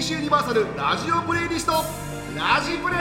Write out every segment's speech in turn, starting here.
NBC ユニバーサルラジオプレイリストラジプレ。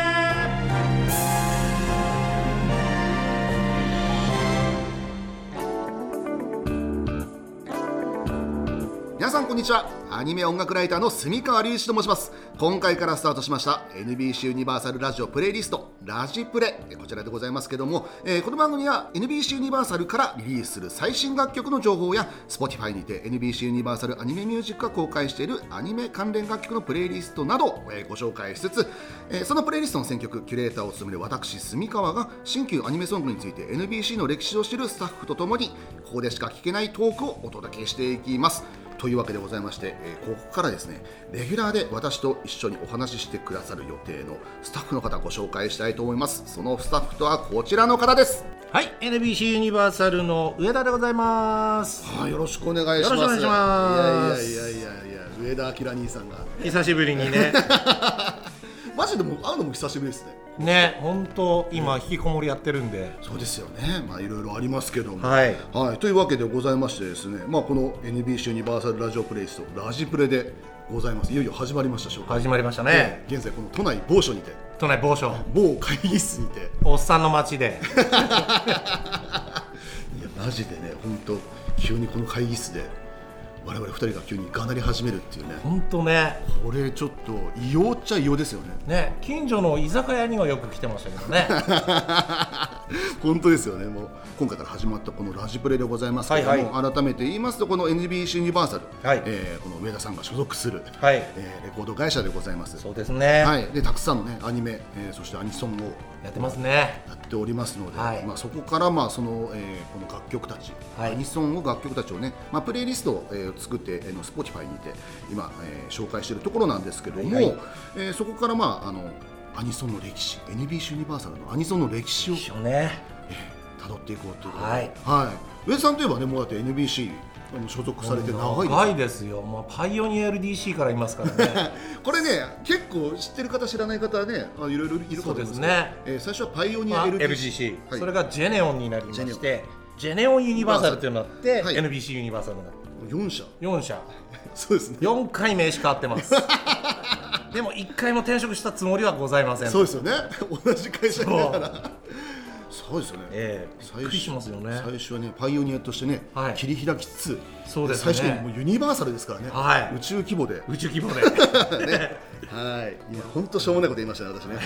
皆さんこんにちは。アニメ音楽ライターの住川隆一と申します。今回からスタートしました NBC ユニバーサルラジオプレイリストラジプレ、こちらでございますけども、この番組は NBC ユニバーサルからリリースする最新楽曲の情報や Spotify にて NBC ユニバーサルアニメミュージックが公開しているアニメ関連楽曲のプレイリストなどをご紹介しつつ、そのプレイリストの選曲キュレーターを務める私住川が新旧アニメソングについて NBC の歴史を知るスタッフとともにここでしか聞けないトークをお届けしていきます。というわけでございまして、ここからですねレギュラーで私と一緒にお話ししてくださる予定のスタッフの方をご紹介したいと思います。そのスタッフとはこちらの方です。 はい、NBC ユニバーサルの上田でございます。 はい、よろしくお願いします。 よろしくお願いします。 いや上田明兄さんが久しぶりにねマジでも会うのも久しぶりですね。 ね、本当今引きこもりやってるんで。 そうですよね。いろいろありますけども、 はい、 というわけでございましてですね、この NBC ユニバーサルラジオプレイリストラジプレでございます。いよいよ始まりました。紹介始まりましたね。 現在この都内某所にて、 都内某所某会議室にて、 おっさんの街でいやマジでね、本当急にこの会議室で我々2人が急にがなり始めるっていうね。 本当ね、 これちょっと異様っちゃ異様ですよね。 ね、近所の居酒屋にはよく来てましたけどね本当ですよね。もう今回から始まったこのラジプレでございますけども、改めて言いますとこの NBC ユニバーサル、この上田さんが所属する、レコード会社でございます。 そうですね。 でたくさんのねアニメ、そしてアニソンをやってますね。 やっておりますので、そこからその、この楽曲たち、アニソンを楽曲たちをね、プレイリストを、作って、Spotify にて今、紹介しているところなんですけども、そこからアニソンの歴史、NBC ユニバーサルのアニソンの歴史を辿っていこうということで、上田さんといえばね、もうだって NBC 所属されて長いですよ。パイオニア LDC からいますからねこれね、結構知ってる方知らない方はね、いろいろいるかと思いますね。最初はパイオニア LDC、 それがジェネオンになりまして、ジェネオンユニバーサルというのがあって、NBC ユニバーサルになって4社そうですね。 4回名詞変わってますでも1回も転職したつもりはございません。 そうですよね。同じ会社にだからそうですよね。 びっくりしますよね。 最初はね、パイオニアとしてね、切り開きつつ、 そうですね、 最初にもうユニバーサルですからね、宇宙規模でね、いや本当しょうもないこと言いましたね、私ね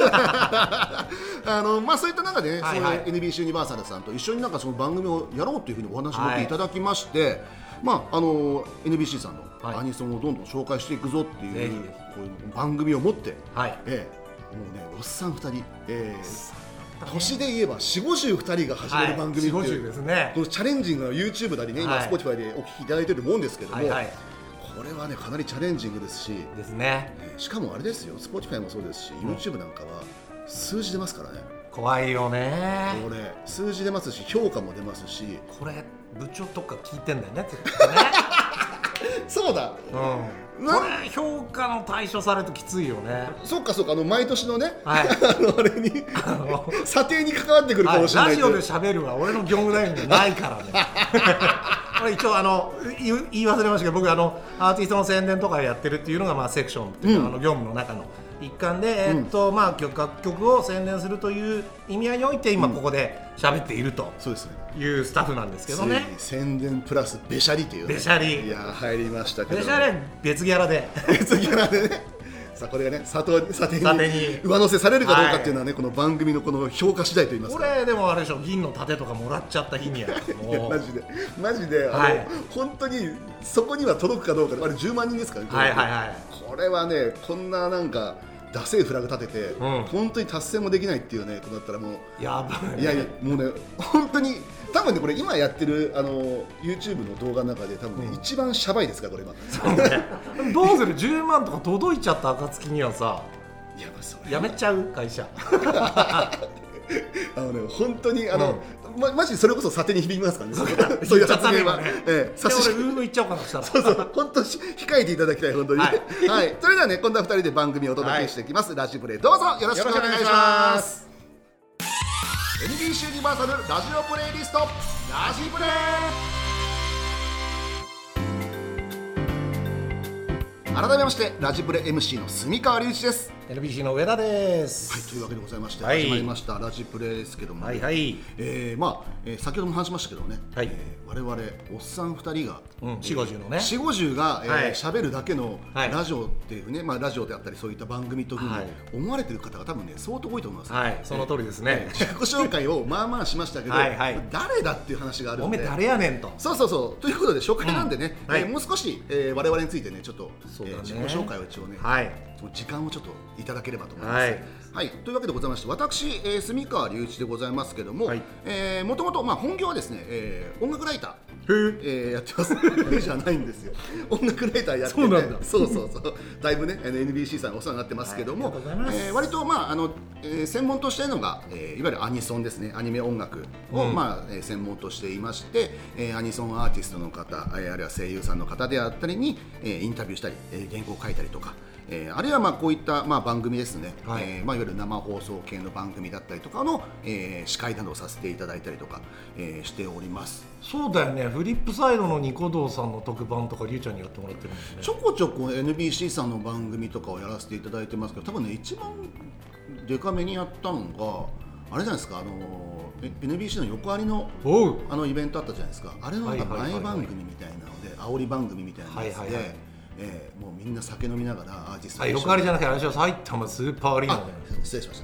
そういった中でね、NBC ユニバーサルさんと一緒にその番組をやろうというふうにお話をいただきまして、NBC さんのアニソンをどんどん紹介していくぞっていう、こういう番組を持って、もうね、おっさん2人、年で言えば4、50、2人が始める番組っていう、 ですね、 このチャレンジングな YouTube なりね、今 Spotify でお聞きいただいていると思うんですけども、これはねかなりチャレンジングですしですね。 しかもあれですよ、Spotify もそうですし、YouTube なんかは数字出ますからね。 怖いよね。 これ数字出ますし、評価も出ますし、 これ部長とか聞いてんだよねねそうだ、 これ評価の対象されるときついよね。 そうか毎年のね、あれに査定に関わってくるかもしれない。 ラジオで喋るは俺の業務内容じゃないからねこれ一応言い忘れましたけど、僕アーティストの宣伝とかやってるっていうのがセクションっていうか、業務の中の一環で、楽曲を宣伝するという意味合いにおいて今ここで喋っているというスタッフなんですけどね。 宣伝プラスべしゃりという、 べしゃり、 いや入りましたけど、 べしゃりは別ギャラでねさあこれがね、査定に上乗せされるかどうかっていうのはね、この番組のこの評価次第といいますか。 これでもあれでしょ、銀の盾とかもらっちゃった日にはマジで本当にそこには届くかどうか、あれ10万人ですからね。これはね、こんなダセーフラグ立てて、本当に達成もできないっていうね、こうだったらもうやばい。 いやもうね、本当に多分ね、これ今やってるYouTube の動画の中で多分ね、一番シャバいですから、これ今。 そうねどうする10万とか届いちゃった暁にはさ、やめちゃう会社本当にマジそれこそ査定に響きますからね。そういう発言は俺言っちゃおうかなしたら本当控えていただきたい、本当に。それではね、こんな2人で番組をお届けしていきます。ラジプレどうぞよろしくお願いします。NBC ユニバーサルラジオプレイリストラジプレ。 改めましてラジプレ MC の住川隆一です。 NBC の上田です。 はい、というわけでございまして、 はい始まりましたラジプレですけども、 はいはい、 先ほども話しましたけどね、 はい我々おっさん2人が、 4、50のね 4、50がはい喋るだけのはいラジオっていうね、ラジオであったりそういった番組というふうにはい思われてる方が多分ね相当多いと思います。 はい、その通りですね。 自己紹介をまあまあしましたけどはいはい誰だっていう話があるおので、 め誰やねんと。 そうということで初回なんでね、 はいもう少し、我々についてねちょっと、 そうだね自己紹介を一応ね、 はい時間をちょっといただければと思います。 はいはい、というわけでございまして、私、住川隆一でございますけども、 はいもともと本業はですね、音楽ライタへー、やってます。じゃないんですよ。音楽ライターやってて、 そうなんだそうだいぶね NBC さんお世話になってますけども、 はいありがとうございます割と専門としているのが、いわゆるアニソンですね、アニメ音楽を、専門としていまして、アニソンアーティストの方、あるいは声優さんの方であったりに、インタビューしたり、原稿を書いたりとか、あるいはこういった、番組ですね、 はいいわゆる生放送系の番組だったりとかの、司会などをさせていただいたりとか、しております。 そうだよね、フリップサイドのニコ動さんの特番とかりゅうちゃんにやってもらってるんですね。 ちょこちょこ NBC さんの番組とかをやらせていただいてますけど、多分ね一番デカめにやったのがあれじゃないですか、NBC の横ありのおうイベントあったじゃないですか。あれのなんかはいはいはいはい前番組みたいなので、煽り番組みたいなやつはいはいはいで、もうみんな酒飲みながらアーティストあ、横ありじゃなくて私は埼玉スーパーアリーナあで失礼しました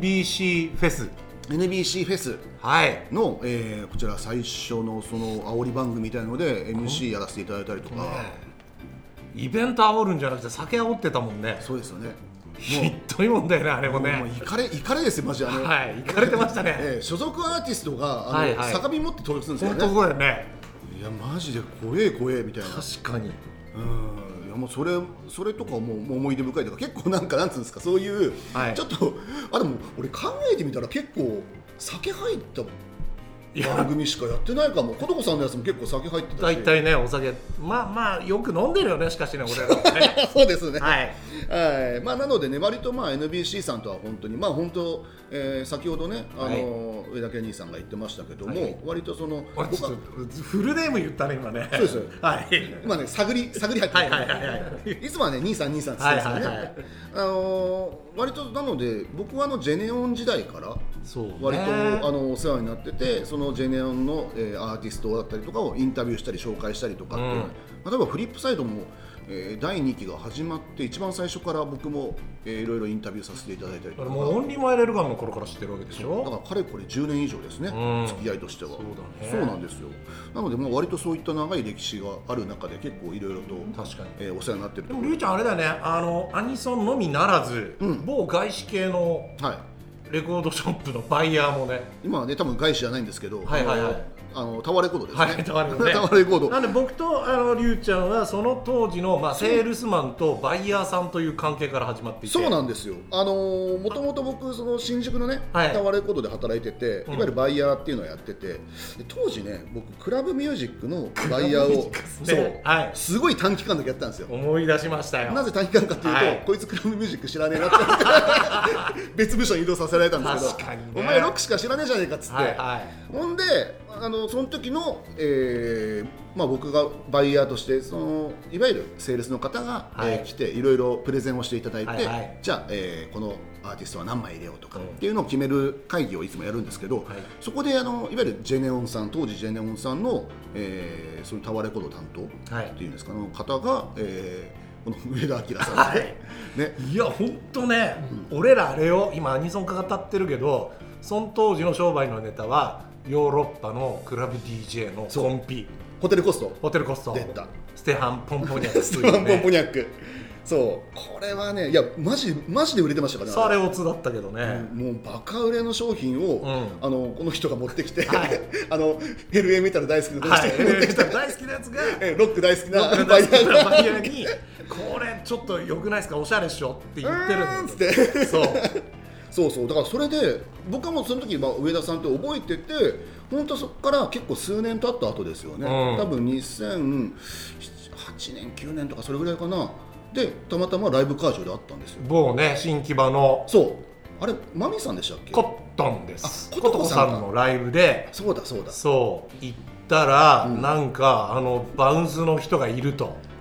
NBC フェス NBC フェスはいの、こちら最初のその煽り番組みたいなので MC やらせていただいたりとか、 イベント煽るんじゃなくて酒煽ってたもんね。 そうですよね。 ひどいもんだよね、あれももうね。 イカレですよマジで。 はい、行かれてましたね。 所属アーティストがはいはい酒瓶持って登録するんですよ本ね。 当そうだよね。 いやマジで怖えみたいな。 確かに。 いやもうそれとかもう思い出深いとか、結構なんつうんですか、そういう、 はいちょっとでも俺考えてみたら結構酒入った番組しかやってないかも。琴子さんのやつも結構酒入ってたし。 大体ね、お酒まあよく飲んでるよね、しかしね、俺らはね。 そうですね。 はいはい。なのでね、割とNBC さんとは本当に本当、先ほどね上田健兄さんが言ってましたけども、 はい割とその僕はちょっとフルネーム言ったね今ね。 そうですよ。 はい。 今ね探り入ってる。 はいいつもはね2323って言ってたんですよね。 はいはい割となので僕はジェネオン時代からそうね。 割とお世話になってて、そのジェネオンの、アーティストだったりとかをインタビューしたり紹介したりとかっていうのは、例えばフリップサイドも、第2期が始まって一番最初から僕も、いろいろインタビューさせていただいたりとか。 もうオンリーマイレールガンの頃から知ってるわけでしょ。 だからかれこれ10年以上ですね、付き合いとしては。 そうだね。 そうなんですよ。なので割とそういった長い歴史がある中で結構いろいろと確かに。 お世話になってるところ。 でもりゅうちゃんあれだよね、アニソンのみならず、某外資系のはい。 レコードショップのバイヤーもね。 今はね多分外資じゃないんですけど、 はいはいはいタワーレコードですね。 はいタワーレコードねタワーレコード。 なんで僕とりゅうちゃんはその当時の、セールスマンとバイヤーさんという関係から始まっていて。 そうなんですよ。もともと僕その新宿のね、 はいタワーレコードで働いてて、いわゆるバイヤーっていうのをやってて、で当時ね僕クラブミュージックのバイヤーをそう、 はい、 すごい短期間だけやったんですよ。 思い出しましたよ。 なぜ短期間かというと、 はいこいつクラブミュージック知らねえなって別部署に移動させられたんですけど、 確かにねお前ロックしか知らねえじゃねえかっつって、 はいはいほんでその時の、僕がバイヤーとしていわゆるセールスの方が、 はい来ていろいろプレゼンをしていただいて、 はいはいじゃあ、このアーティストは何枚入れようとかっていうのを決める会議をいつもやるんですけど、そこでいわゆるジェネオンさん、当時ジェネオンさんの、そのタワーレコード担当っていうんですか、の方が、この上田明さん、 はいね、 いや本当ね、俺らあれよ、今アニソンか語ってるけど、その当時の商売のネタはヨーロッパのクラブ DJ のコンピ、 ホテルコストホテルコスト、 出たステファン・ポンポニャックステファン・ポンポニャック、そうこれはね、いやマジで売れてましたからね。 それオツだったけどね、 もうバカ売れの商品を、この人が持ってきて、 はい、 ヘルエメタル大好きな人が持ってきて、 大好きなやつがロック大好きなバイヤーにこれちょっと良くないですか、おしゃれっしょって言ってるんですよ。 そうだからそれで僕はもうその時、上田さんって覚えてて、本当そこから結構数年経った後ですよね、多分2008年9年とかそれぐらいかな。でたまたまライブ会場で会ったんですよ。 某ね、新木場の、 そうあれマミさんでしたっけ。 コットンです。 ココトコさトコさんんのライブで、 そうだそう行ったら、なんかバウンスの人がいると。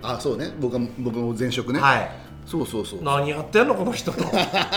あ、そうね、僕の前職ね、 はい、 そうそうそう、 何やってんのこの人と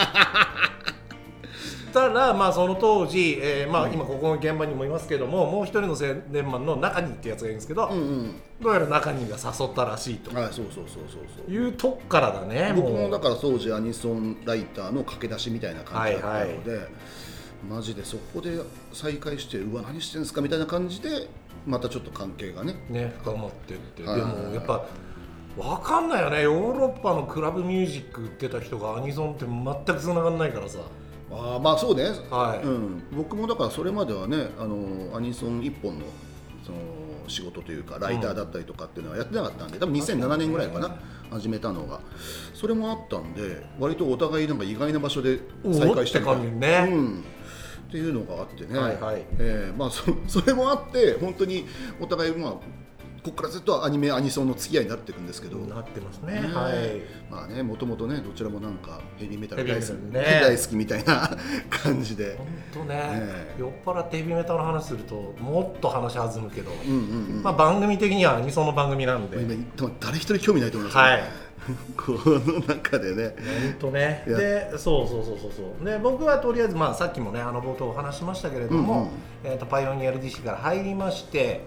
したら、まあ、その当時、まあ、今ここの現場にもいますけども、もう一人の宣伝マンの中にってやつがいるんですけど、どうやら中にが誘ったらしいと、 はい、そうそうそうそういうとこからだね。 僕もだから当時アニソンライターの駆け出しみたいな感じだったので、マジでそこで再会して、うわ何してんですかみたいな感じでまたちょっと関係がね深まってって、でもやっぱ分かんないよね、ヨーロッパのクラブミュージック売ってた人がアニソンって全く繋がんないからさ。 まあそうね、 はい、 僕もだからそれまではね、アニソン一本のその仕事というかライターだったりとかっていうのはやってなかったんで、多分2007年ぐらいかな、始めたのが。それもあったんで、割とお互いなんか意外な場所で再会してる感じね、 っていうのがあってね、まあ それもあって本当にお互い、まあここからずっとアニソンの付き合いになっていくんですけど、 なってますね。 まあね、もともとね、どちらもなんかヘビーメタル大好きみたいな感じで、 本当ね、酔っ払ってヘビーメタルの話するともっと話弾むけど、まあ番組的にはアニソンの番組なんで、 誰一人興味ないと思いますね。この中でね、 本当ね。で、そうで、僕はとりあえず、まあさっきもね冒頭お話しましたけれども、パイオニア LDC から入りまして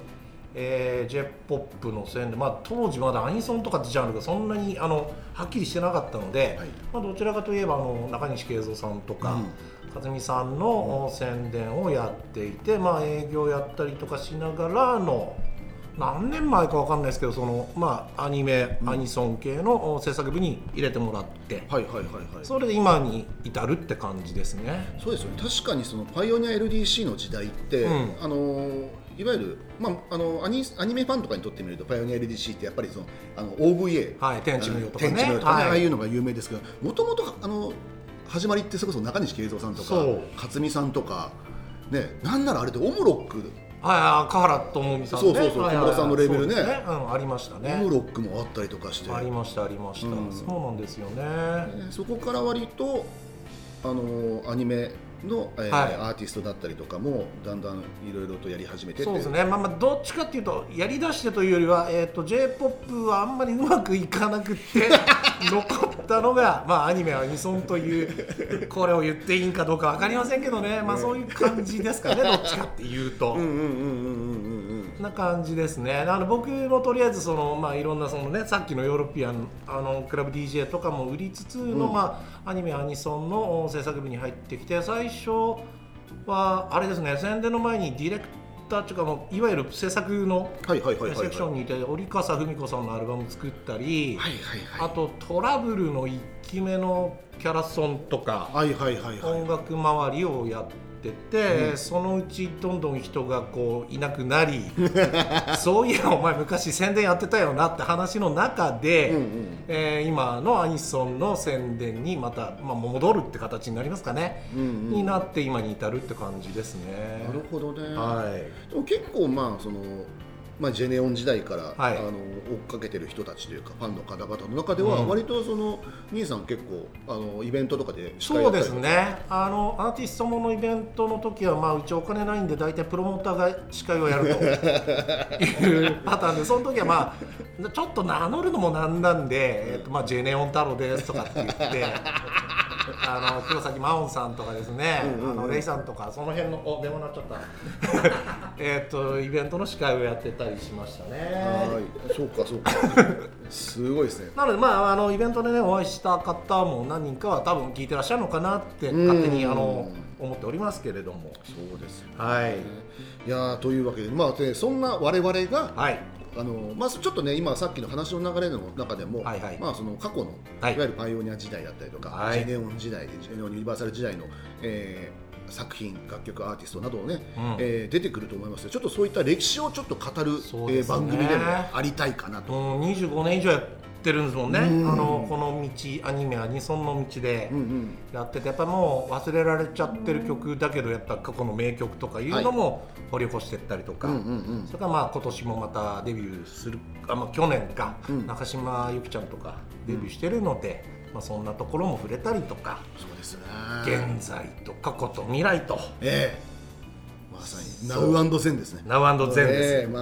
。J-POP の線で、まあ、当時まだアニソンとかってジャンルがそんなにはっきりしてなかったので、まあ、どちらかといえば中西慶三さんとか、和美さんの宣伝をやっていて、まあ、営業やったりとかしながらの何年前か分かんないですけど、まあ、アニソン系の制作部に入れてもらって、それで今に至るって感じですね。 そうですよね。確かにそのパイオニア LDC の時代って、いわゆる、まあ、アニメファンとかにとってみるとパイオニア LDC ってやっぱりそのOVA、 天地無用とかね、 ああいうのが有名ですけど、もともと始まりってそれこそ中西慶三さんとか勝美さんとか、ね、なんならあれでオムロック、 香原朋美さんね、 小室さんのレベルね、 ありましたね。 オムロックもあったりとかして、 ありました、そうなんですよね。 そこから割とアニメの、アーティストだったりとかもだんだんいろいろとやり始めて、 そうですね、まあどっちかっていうとやりだしてというよりは、J-POP はあんまりうまくいかなくって残ったのが、まあ、アニメアニソンというこれを言っていいんかどうか分かりませんけどね、まあ、そういう感じですかねどっちかっていうとな感じですね。僕のとりあえずまあ、いろんなね、さっきのヨーロピアンクラブ DJ とかも売りつつの、まあ、アニメアニソンの制作部に入ってきて、最初はあれですね、宣伝の前にディレクターというかいわゆる制作のセクションにいて折笠文子さんのアルバム作ったり、あとトラブルの1期目のキャラソンとか音楽周りをやってて、そのうちどんどん人がいなくなりそういやお前昔宣伝やってたよなって話の中で、今のアニソンの宣伝にまた、まあ、戻るって形になりますかね、になって今に至るって感じですね。 なるほどね、でも結構まあジェネオン時代から、追っかけてる人たちというかファンの方々の中では、割と兄さん結構イベントとかで司会やったりとか。そうですね、アーティストものイベントの時は、まあ、うちお金ないんで大体プロモーターが司会をやるというパターンで、その時はまあちょっと名乗るのもなんなんで、まあ、ジェネオン太郎ですとかって言って黒崎真音さんとかですね、レイさんとかその辺の電話になっちゃったイベントの司会をやってたりしましたね。そうかすごいですね。なので、まあ、イベントでねお会いした方も何人かは多分聞いてらっしゃるのかなって勝手に思っておりますけれども。そうですよね。いやというわけで、まあ、そんな我々が、まあ、ちょっとね今さっきの話の流れの中でも、まあ、その過去の、いわゆるパイオニア時代だったりとか、ジェネオン時代、ジェネオンユニバーサル時代の、作品、楽曲、アーティストなどをね、出てくると思いますので、ちょっとそういった歴史をちょっと語る、番組でもありたいかなと。25年以上やってるんですもんね、この道、アニメアニソンの道でやってて、やっぱりもう忘れられちゃってる曲だけどやっぱ過去の名曲とかいうのも掘り起こしていったりとか、それからまあ今年もまたデビューする、去年か、中島由紀ちゃんとかデビューしてるので、まあ、そんなところも触れたりとか、そうですね、現在と過去と未来と、まさにナウ&ゼンですね。ナウ&ゼンです、まあ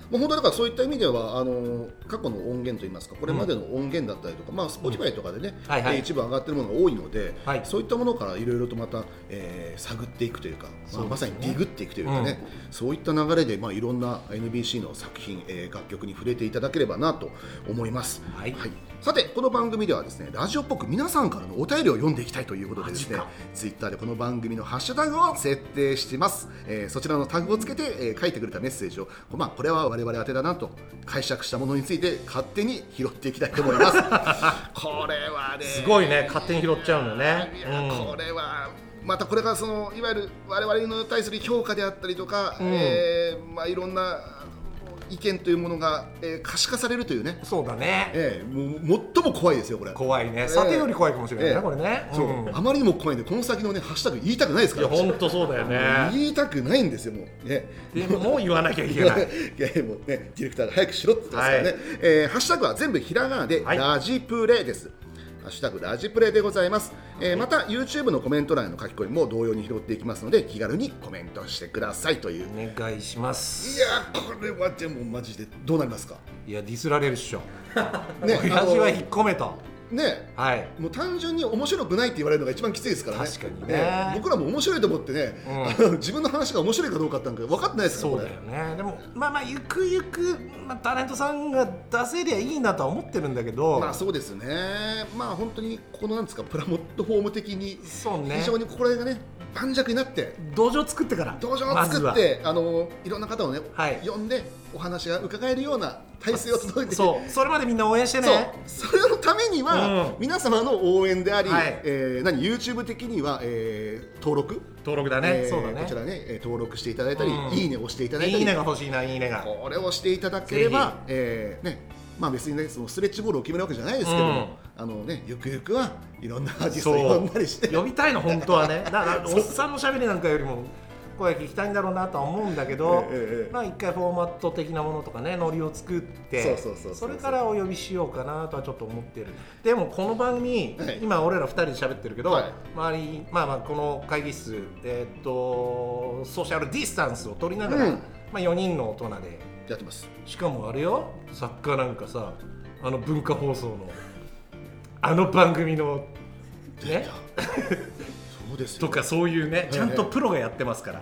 もう本当だからそういった意味では過去の音源といいますかこれまでの音源だったりとか、まあ Spotify とかでね、一部上がってるものが多いので、そういったものからいろいろとまた、探っていくというか、まさにディグっていくというかね、そういった流れで、まあ、いろんな NBC の作品、楽曲に触れていただければなと思います。さてこの番組ではですねラジオっぽく皆さんからのお便りを読んでいきたいということでですねツイッターでこの番組のハッシュタグを設定しています。そちらのタグをつけて、書いてくれたメッセージを、まあ、これは我々宛てだなと解釈したものについて勝手に拾っていきたいと思いますこれはねすごいね、勝手に拾っちゃうんだよね。 これはまたこれがいわゆる我々に対する評価であったりとか、まあ、いろんな意見というものが、可視化されるというね。 そうだね、 もう最も怖いですよこれ。 怖いね、さてより怖いかもしれないね、これね。 そう、あまりにも怖いんでこの先のねハッシュタグ言いたくないですから。 いや本当そうだよね。 言いたくないんですよもう、ね、 でも言わなきゃいけないいやもうねディレクターが早くしろって言ってますからね、ハッシュタグは全部ひらがなで、ラジプレです。ハッシュタグラジプレでございます。また YouTube のコメント欄の書き込みも同様に拾っていきますので気軽にコメントしてくださいという。 お願いします。 いやこれはでもマジでどうなりますか。 いやディスられるっしょね、 親父は引っ込めとね、もう単純に面白くないって言われるのが一番きついですからね。 確かにね、 僕らも面白いと思ってね、自分の話が面白いかどうかって分かってないですから。 そうだよね。でもまあゆくゆく、タレントさんが出せりゃいいなとは思ってるんだけど、 まあそうですね。まあ本当にこのなんですかプラモットフォーム的に非常にここら辺がね盤石になって道場作ってから道場を作って、いろんな方をね、呼んでお話が伺えるような体制を整えて、 それまでみんな応援してね。 それのためには、皆様の応援であり、YouTube 的には、登録だね。そうだね。 こちらね、登録していただいたり、いいねを押していただいたり、 いいねが欲しいな、いいねがこれをしていただければ、まあ別にねそのストレッチボールを決めるわけじゃないですけども、ゆくゆくはいろんなアーティストを呼んだりして呼びたいの本当はね。だからおっさんのしゃべりなんかよりも声聞きたいんだろうなとは思うんだけど、まあ一回フォーマット的なものとかねノリを作ってそれからお呼びしようかなとはちょっと思ってる。でもこの番組、今俺ら2人で喋ってるけど、周りまあこの会議室ソーシャルディスタンスを取りながら、まあ4人の大人でやってます。 しかもあれよ、作家なんかさ文化放送の番組のねそうですよとかそういうね、ちゃんとプロがやってますから、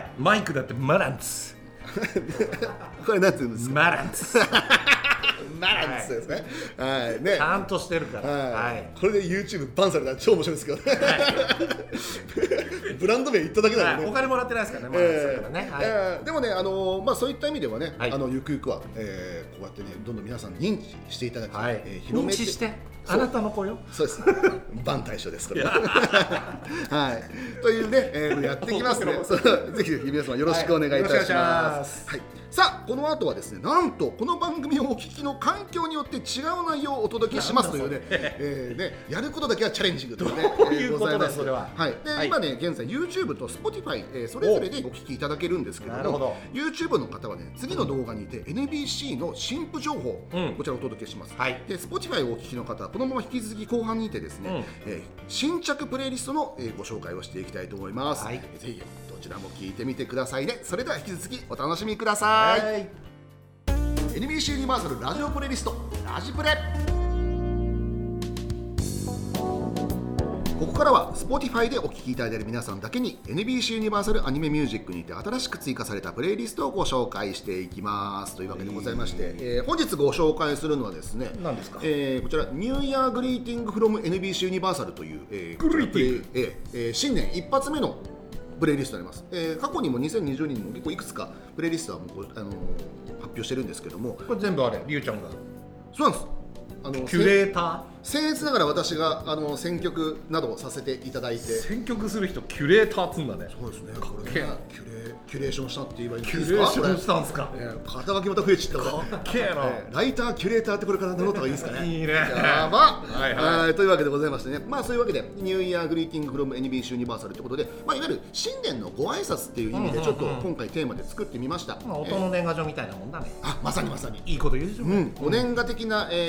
マイクだってマランツこれなんて言うんですか。 マランツマランツですね。 ちゃんとしてるから。 これで YouTube バンされたら超面白いですけどね。ブランド名言っただけだよね。 お金もらってないですからね。 でもねまあそういった意味ではねゆくゆくはこうやってねどんどん皆さん認知していただき認知してあなたの子よ。 そうです。バン大賞ですこれ。というねやっていきますね。ぜひ皆様よろしくお願いいたします。さあこの後はですねなんとこの番組をお聞きの環境によって違う内容をお届けしますというねやることだけはチャレンジングというねございます。で今ね現在 YouTube と Spotify それぞれでお聞きいただけるんですけれども YouTube の方はね次の動画にて NBC の新婦情報こちらをお届けします。で Spotify をお聞きの方はこのまま引き続き後半にてですね新着プレイリストのご紹介をしていきたいと思います。ぜひどちらも聞いてみてくださいね。それでは引き続きお楽しみください。NBC ユニバーサルラジオプレイリストラジプレ。ここからは Spotify でお聞きいただいている皆さんだけに NBC ユニバーサルアニメミュージックにて新しく追加されたプレイリストをご紹介していきますというわけでございまして、本日ご紹介するのはですね何ですか。 こちらニューイヤーグリーティングフロム NBC ユニバーサルという、新年一発目のプレイリストになります。過去にも2020年にも結構いくつかプレイリストはもう発表してるんですけども、 これ全部あれりゅうちゃんがそうなんです。 キュレータ僭越ながら私が選曲などをさせていただいて。 選曲する人キュレーターっつんだね。 そうですね。これねキュレーションしたって言えばいいんですか。 キュレーションしたんですか。 肩書きまた増えちゃったかっけえな。 ライターキュレーターってこれから名乗った方がいいですかね。 いいね。 やばというわけでございましてね、まあそういうわけでニューイヤーグリーティングフロム NBC ユニバーサルということで、まあいわゆる新年のご挨拶っていう意味でちょっと今回テーマで作ってみました。 音の年賀状みたいなもんだね。 まさにまさにいいこと言うでしょ。 お年賀的な意味合いを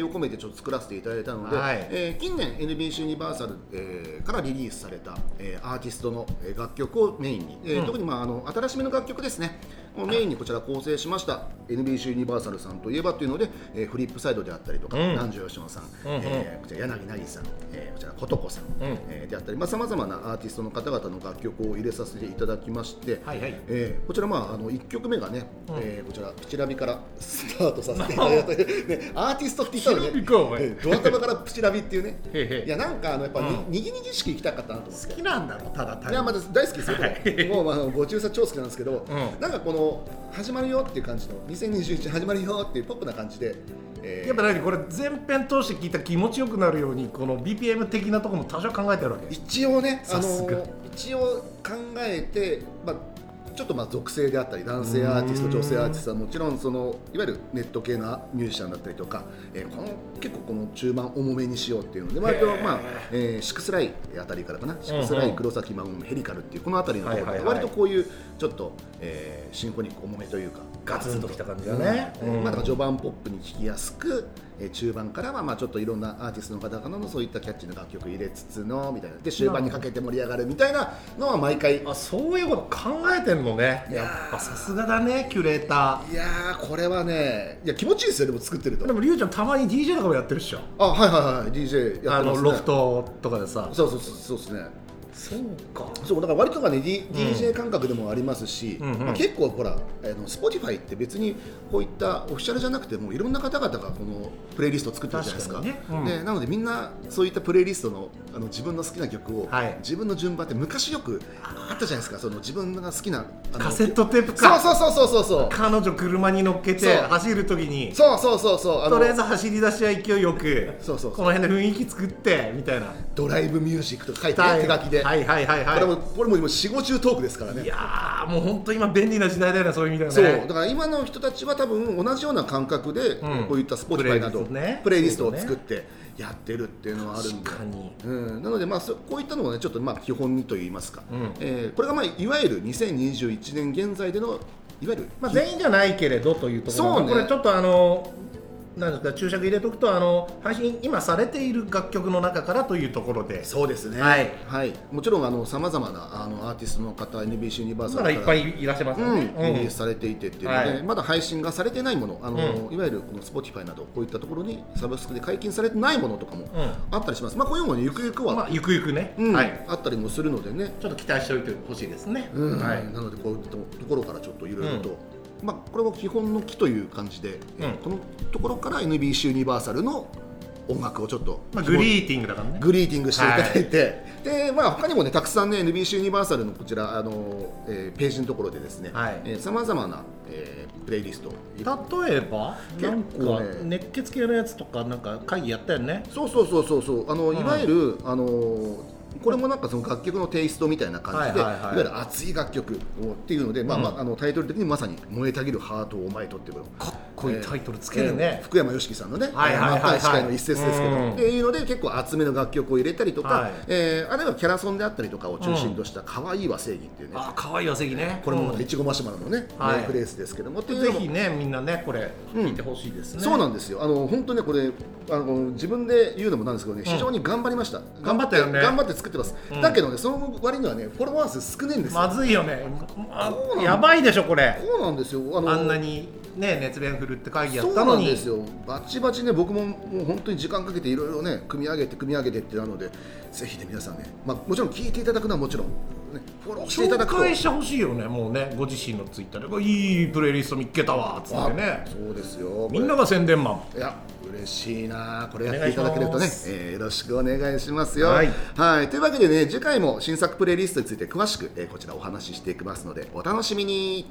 を込めてちょっと作らせていただいたので、 はい、 近年 NBC ユニバーサル、からリリースされた、アーティストの楽曲をメインに、特に、新しめの楽曲ですねをメインにこちら構成しました NBC ユニバーサルさんといえばというので、フリップサイドであったりとか、南條吉野さん、こちら柳凪さん、こちら琴子さん、であったり、さまざまなアーティストの方々の楽曲を入れさせていただきまして、はいはい、こちら1曲目がね、こちらプチラビからスタートさせていただいて、ね、アーティストって言ったらねドア玉からプチラビっていうねいやなんかやっぱにぎにぎしく行きたかったなと思って。 好きなんだろうただ単に。 いやまだ大好きですよ、もうご中佐超好きなんですけど、なんかこの始まるよっていう感じの2021年始まるよっていうポップな感じで、 やっぱこれ全編通して聞いたら気持ちよくなるようにこの BPM 的なところも多少考えてあるわけ。 一応ね一応考えて、ちょっと属性であったり男性アーティスト女性アーティストはもちろんいわゆるネット系のミュージシャンだったりとか、結構この中盤重めにしようっていうので割とシクスライあたりからかな、シクスライ黒崎マウンヘリカルっていうこのあたりのところで割とこういうちょっとシンフォニック重めというかガツンときた感じだね。 だから序盤ポップに聴きやすく、中盤からはちょっといろんなアーティストの方々のそういったキャッチーな楽曲入れつつのみたいなで終盤にかけて盛り上がるみたいなのは毎回。 そういうこと考えてんのね。やっぱさすがだねキュレーター。 いやーこれはね気持ちいいですよ。でも作ってると。 でもりゅうちゃんたまに DJ とかもやってるっしょ。 はい DJ やってますね。 ロフトとかでさ。 そうですね。 そうか。 そうだから割とかね、DJ 感覚でもありますし、結構ほらSpotify って別にこういったオフィシャルじゃなくてもいろんな方々がこのプレイリストを作ってるじゃないですか。ね、なのでみんなそういったプレイリストの自分の好きな曲を、自分の順番って昔よくあったじゃないですか。その自分が好きなカセットテープか。 そう彼女車に乗っけて走る時にそうとりあえず走り出しは勢いよくこの辺で雰囲気作ってみたいな。 ドライブミュージックとか書いてね、手書きで。これも今4、50トークですからね。 いやーもう本当今便利な時代だよね。そういう意味ではね。 そうだから今の人たちは多分同じような感覚でこういった Spotify などプレイリストを作ってやってるっていうのはあるんで、なのでこういったのをねちょっと基本にといいますか、これがいわゆる2021年現在でのいわゆる全員じゃないけれどというところ。そうね。これちょっとなんですか注釈入れとくと配信今されている楽曲の中からというところで。 そうですね。もちろんさまざまなアーティストの方 NBC ユニバーサルからいっぱいいらっしゃいますよね。 リリースされていてっていうので、まだ配信がされてないものいわゆるこの Spotify などこういったところにサブスクで解禁されてないものとかもあったりします。こういうのもゆくゆくはゆくゆくねあったりもするのでね、 ちょっと期待しておいてほしいですね。 なのでこういったところからちょっといろいろとこれは基本の木という感じで、このところから NBC ユニバーサルの音楽をちょっとグリーティングだからね。 グリーティングしていただいて、で他にもねたくさんね NBC ユニバーサルのこちらページのところでですねさまざまなプレイリスト。 例えばなんか熱血系のやつとかなんか会議やったよね。 そういわゆるこれもなんかその楽曲のテイストみたいな感じでいわゆる熱い楽曲っていうのでタイトル的にまさに燃えたぎるハートをお前とっていうかっこいいタイトルつけるね。 福山良樹さんのね司会の一節ですけどっていうので結構厚めの楽曲を入れたりとか、あるいはキャラソンであったりとかを中心とした可愛いは正義っていうね。 可愛いは正義ね。 これもいちごマシュマロのねフレーズですけども、 ぜひねみんなねこれ聴いてほしいですね。 そうなんですよ。本当ねこれ自分で言うのもなんですけどね、非常に頑張りました。 頑張ったよね。 頑張って作ってます。だけどねその割にはねフォロワー数少ないんですよ。 まずいよね。やばいでしょこれ。 そうなんですよ。 あんなにね熱弁振るって会議やったのに。 そうなんですよ。バチバチね僕ももう本当に時間かけていろいろね組み上げてってなので、ぜひね皆さんねもちろん聞いていただくのはもちろんフォローしていただくと紹介してほしいよね。もうねご自身のツイッターでいいプレイリスト見っけたわっつってね。 そうですよ。 みんなが宣伝マン。 いや嬉しいな。これやっていただけるとね、よろしくお願いしますよ。というわけでね次回も新作プレイリストについて詳しく、こちらお話ししていきますのでお楽しみに。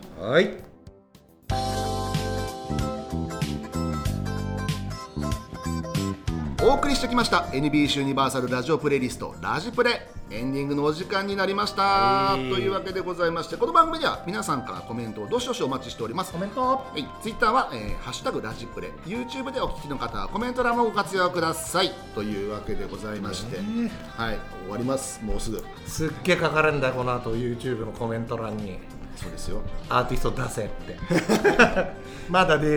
お送りしてきました NBC ユニバーサルラジオプレイリストラジプレ、エンディングのお時間になりました、というわけでございまして、この番組では皆さんからコメントをどしどしお待ちしております。 コメント、 ツイッターは、ハッシュタグラジプレ、 YouTube でお聞きの方はコメント欄もご活用くださいというわけでございまして、終わります。もうすぐすっげえ書かれるんだこの後 YouTube のコメント欄に。 そうですよ。 アーティスト出せってまだです。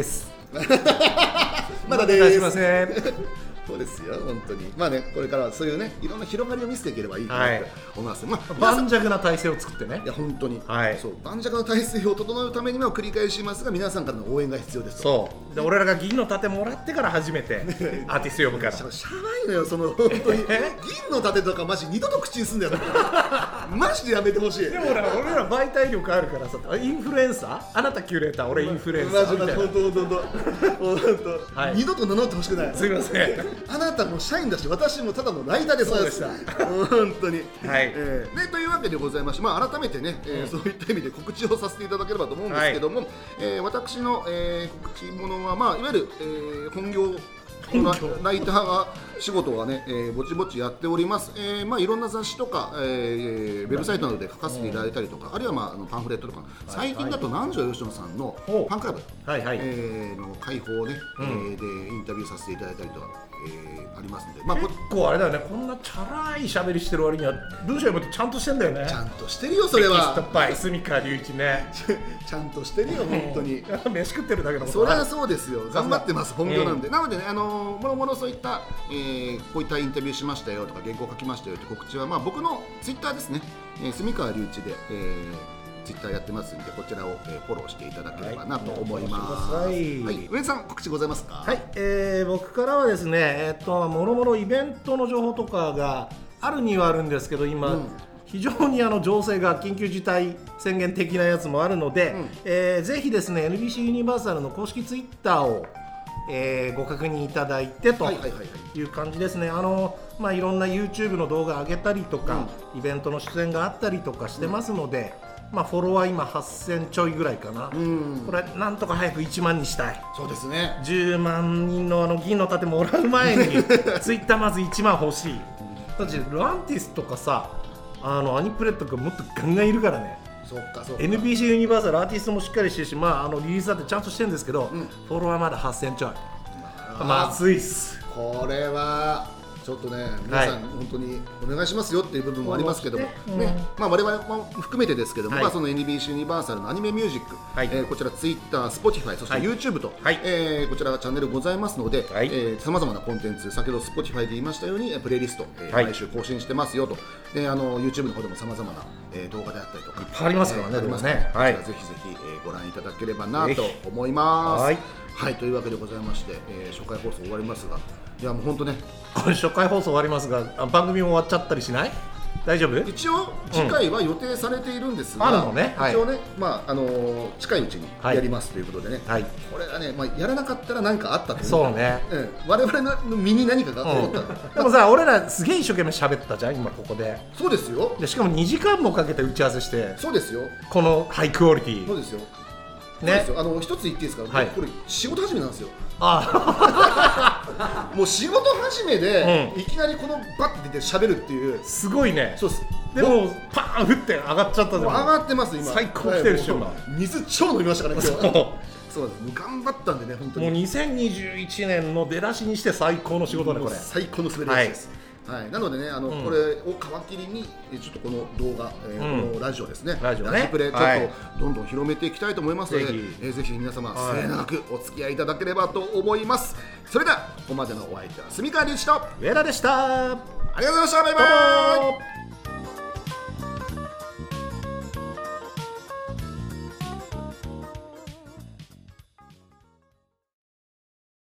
まだ出しません。 そうですよ本当に。まあねこれからはそういうねいろんな広がりを見せていければいいかなと思います。まあ盤石な体制を作ってね。 いや本当に、 はい、 そう盤石な体制を整えるためにも繰り返しますが皆さんからの応援が必要です。 そうで俺らが銀の盾もらってから初めてアーティスト呼ぶから。 しゃばいのよその本当に銀の盾とかマジ二度と口にすんだよマジでやめてほしい。 でも俺ら媒体力あるからさ、インフルエンサーあなたキュレーター俺インフルエンサーみたいな。 本当二度と名乗ってほしくない。 すいませんあなたも社員だし私もただのライターです。 そうでした本当に、 はいね、というわけでございまして、まあ、改めてね、そういった意味で告知をさせていただければと思うんですけども、私の、告知ものは、まあ、いわゆる、本業ライターが仕事がね、ぼちぼちやっております。まあ、いろんな雑誌とか、ウェブサイトなどで書かせていただいたりとか、あるいは、まあ、パンフレットとか、最近だと南條吉野さんのファンクラブ、の開放ね、でインタビューさせていただいたりとか、ありますので、まあ、 結構あれだよね、こんなチャラい喋りしてる割には文章読むとちゃんとしてんだよね。 ちゃんとしてるよそれは。 テキストバイ住川隆一ねちゃんとしてるよ本当に飯食ってるだけのことそりゃそうですよ。頑張ってます本業なんで、なのでねもろもろそういった、こういったインタビューしましたよとか原稿書きましたよという告知は、まあ、僕のツイッターですね、住川隆一で、ツイッターやってますんでこちらを、フォローしていただければなと思います。はい、上田さん告知ございますか。 はい、僕からはですねもろもろイベントの情報とかがあるにはあるんですけど今、非常に情勢が緊急事態宣言的なやつもあるので、ぜひですね NBC ユニバーサルの公式ツイッターをご確認いただいてという感じですね。まあ、いろんな YouTube の動画上げたりとか、イベントの出演があったりとかしてますので、まあ、フォロワー今8000ちょいぐらいかな。これなんとか早く1万にしたい。 そうですね。 10万人の銀の盾もらう前にツイッターまず1万欲しい。だってランティスとかさアニプレとかもっとガンガンいるからね。 そうかそうか。 NBC ユニバーサルアーティストもしっかりしてるし、まあ、リリースだってちゃんとしてるんですけど、フォロワーまだ8000ちょい。まずいっす。 これはちょっとね皆さん本当にお願いしますよっていう部分もありますけども、まあ、我々も含めてですけども、まあ、その NBC ユニバーサルのアニメミュージック、こちら Twitter、Spotify そして YouTube と、こちらチャンネルございますのでさまざまなコンテンツ、先ほど Spotify で言いましたようにプレイリスト、毎週更新してますよと。でYouTube の方でもさまざまな、動画であったりとかいっぱいありますからね。 ありますね。こちらぜひぜひ、ご覧いただければなと思います。はい、というわけでございまして、初回放送終わりますが、いやもう本当ね初回放送終わりますが番組も終わっちゃったりしない？大丈夫？ 一応次回は予定されているんですが、 あるのね。 一応ね、まあ近いうちにやりますということでね、これがね、まあ、やらなかったら何かあったと思う。 そうね、 我々の身に何かが起こった、 でもさ俺らすげえ一生懸命喋ったじゃん今ここで。 そうですよ。 でしかも2時間もかけて打ち合わせして。 そうですよ。 このハイクオリティ。 そうですよね。 一つ言っていいですか、これ仕事始めなんですよ。もう仕事始めで、いきなりこのバッて出て喋るっていう。 すごいね。 そうです。 でもパーン降って上がっちゃったじゃん。 上がってます今。 最高来てるでしょ今。 水超飲みましたからね今日。そうです。頑張ったんでね本当に。 もう2021年の出だしにして最高の仕事ねこれ。 最高の滑り出しです。はい、なのでねこれを皮切りにちょっとこの動画、このラジオですね、ラジプレちょっとどんどん広めていきたいと思いますので、ぜひ皆様末永くお付き合いいただければと思います。それではここまでのお相手は住川隆一と上田でした。 ありがとうございました。バイバイ。